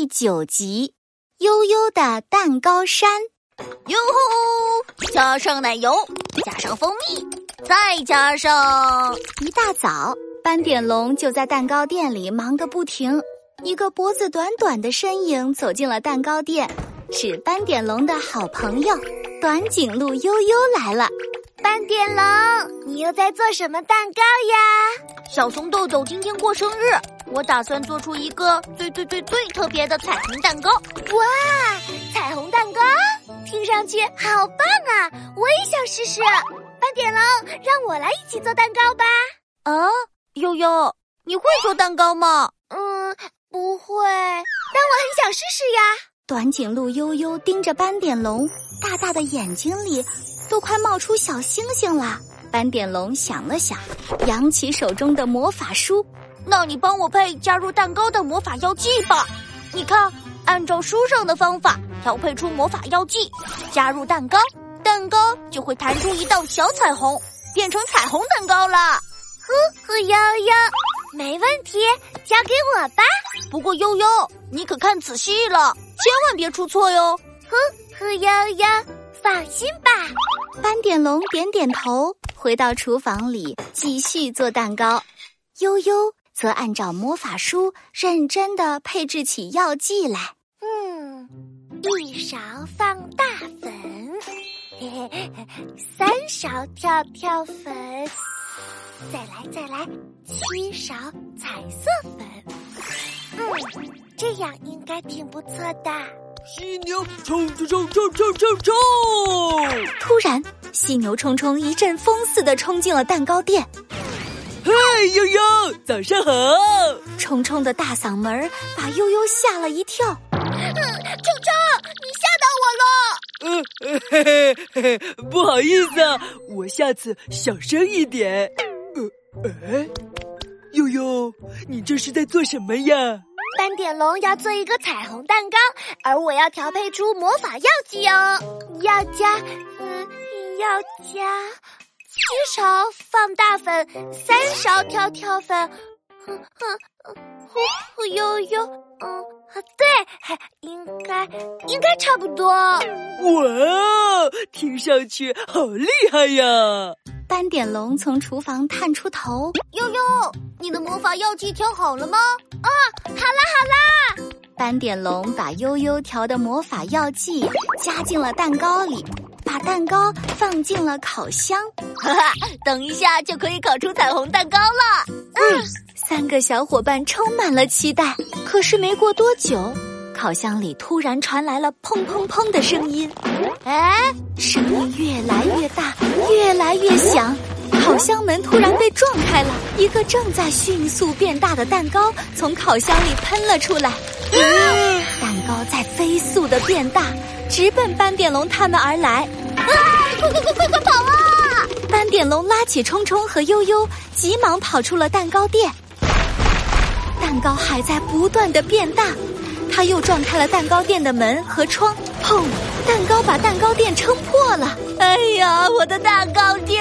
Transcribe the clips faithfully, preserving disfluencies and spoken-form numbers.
九集《悠悠的蛋糕山》。 哟吼！加上奶油，加上蜂蜜，再加上…… 一大早，斑点龙就在蛋糕店里忙个不停。一个脖子短短的身影走进了蛋糕店，是斑点龙的好朋友短颈鹿悠悠来了。 斑点龙，你又在做什么蛋糕呀？ 小熊豆豆今天过生日，我打算做出一个最最最最特别的彩虹蛋糕。 哇，彩虹蛋糕听上去好棒啊，我也想试试。斑点龙，让我来一起做蛋糕吧。 啊，悠悠，你会做蛋糕吗？ 嗯，不会，但我很想试试呀。 短颈鹿悠悠盯着斑点龙，大大的眼睛里都快冒出小星星了。斑点龙想了想，扬起手中的魔法书。 那你帮我配加入蛋糕的魔法药剂吧。你看，按照书上的方法调配出魔法药剂，加入蛋糕，蛋糕就会弹出一道小彩虹，变成彩虹蛋糕了。 呼呼悠悠，没问题，交给我吧。 不过悠悠，你可看仔细了，千万别出错哟。 呼呼悠悠，放心吧。 斑点龙点点头，回到厨房里继续做蛋糕。悠悠则按照魔法书认真地配置起药剂来。 嗯，一勺放大粉，嘿嘿嘿，三勺跳跳粉，再来再来，七勺彩色粉。嗯，这样应该挺不错的。 犀牛冲冲冲冲冲冲冲！ 突然，犀牛冲冲一阵风似的冲进了蛋糕店。 嘿，悠悠，早上好！ 冲冲的大嗓门把悠悠吓了一跳。 嗯，冲冲，你吓到我了。 呃，嘿嘿嘿嘿，不好意思啊，我下次小声一点。呃，哎，悠悠，你这是在做什么呀？ 斑点龙要做一个彩虹蛋糕，而我要调配出魔法药剂哦。要加，嗯，要加七勺放大粉，三勺跳跳粉，哼哼，呼呼悠悠，嗯，对，应该应该差不多。 哇，听上去好厉害呀！ 斑点龙从厨房探出头。 悠悠，你的魔法药剂调好了吗？ 哦，好啦好啦。 斑点龙把悠悠调的魔法药剂加进了蛋糕里，把蛋糕放进了烤箱。 哈哈，等一下就可以烤出彩虹蛋糕了。 嗯，三个小伙伴充满了期待。可是没过多久，烤箱里突然传来了砰砰砰的声音。 哎， 声音越来越大，越来越响。烤箱门突然被撞开了，一个正在迅速变大的蛋糕从烤箱里喷了出来。嗯、蛋糕在飞速的变大，直奔斑点龙他们而来。 啊！快快快快快跑啊！ 斑点龙拉起冲冲和悠悠，急忙跑出了蛋糕店。蛋糕还在不断的变大，他又撞开了蛋糕店的门和窗，砰！蛋糕把蛋糕店撑破了。 哎呀，我的蛋糕店！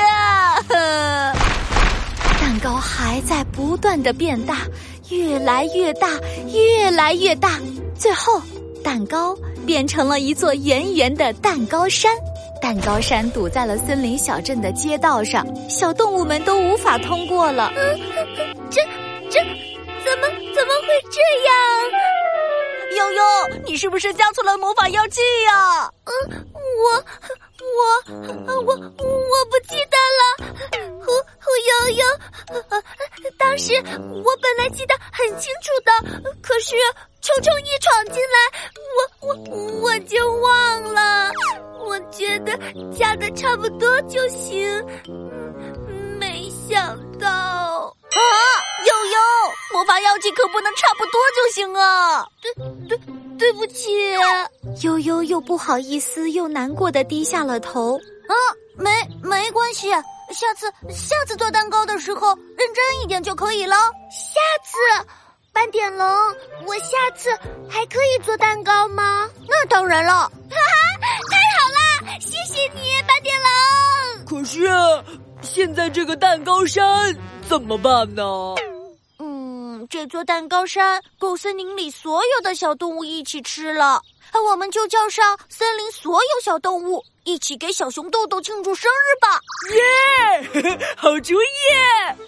蛋糕还在不断的变大，越来越大，越来越大，最后蛋糕变成了一座圆圆的蛋糕山。蛋糕山堵在了森林小镇的街道上，小动物们都无法通过了。 嗯，这这怎么怎么会这样？ 悠悠，你是不是加错了魔法药剂呀？ 嗯，我我我我不记得了。呼呼悠悠，呃，当时我本来记得很清楚的，可是冲冲一闯进来，我我我就忘了。我觉得加的差不多就行，嗯，没想到啊，悠悠，魔法药剂可不能差不多就行啊！ 对对对不起。 悠悠又不好意思又难过的低下了头。 啊，没没关系，下次下次做蛋糕的时候认真一点就可以了。 下次，斑点龙，我下次还可以做蛋糕吗？ 那当然了。 哈哈，太好了，谢谢你，斑点龙。 可是现在这个蛋糕山怎么办呢？ 嗯， 这座蛋糕山够森林里所有的小动物一起吃了，我们就叫上森林所有小动物，一起给小熊豆豆庆祝生日吧！ 耶，好主意！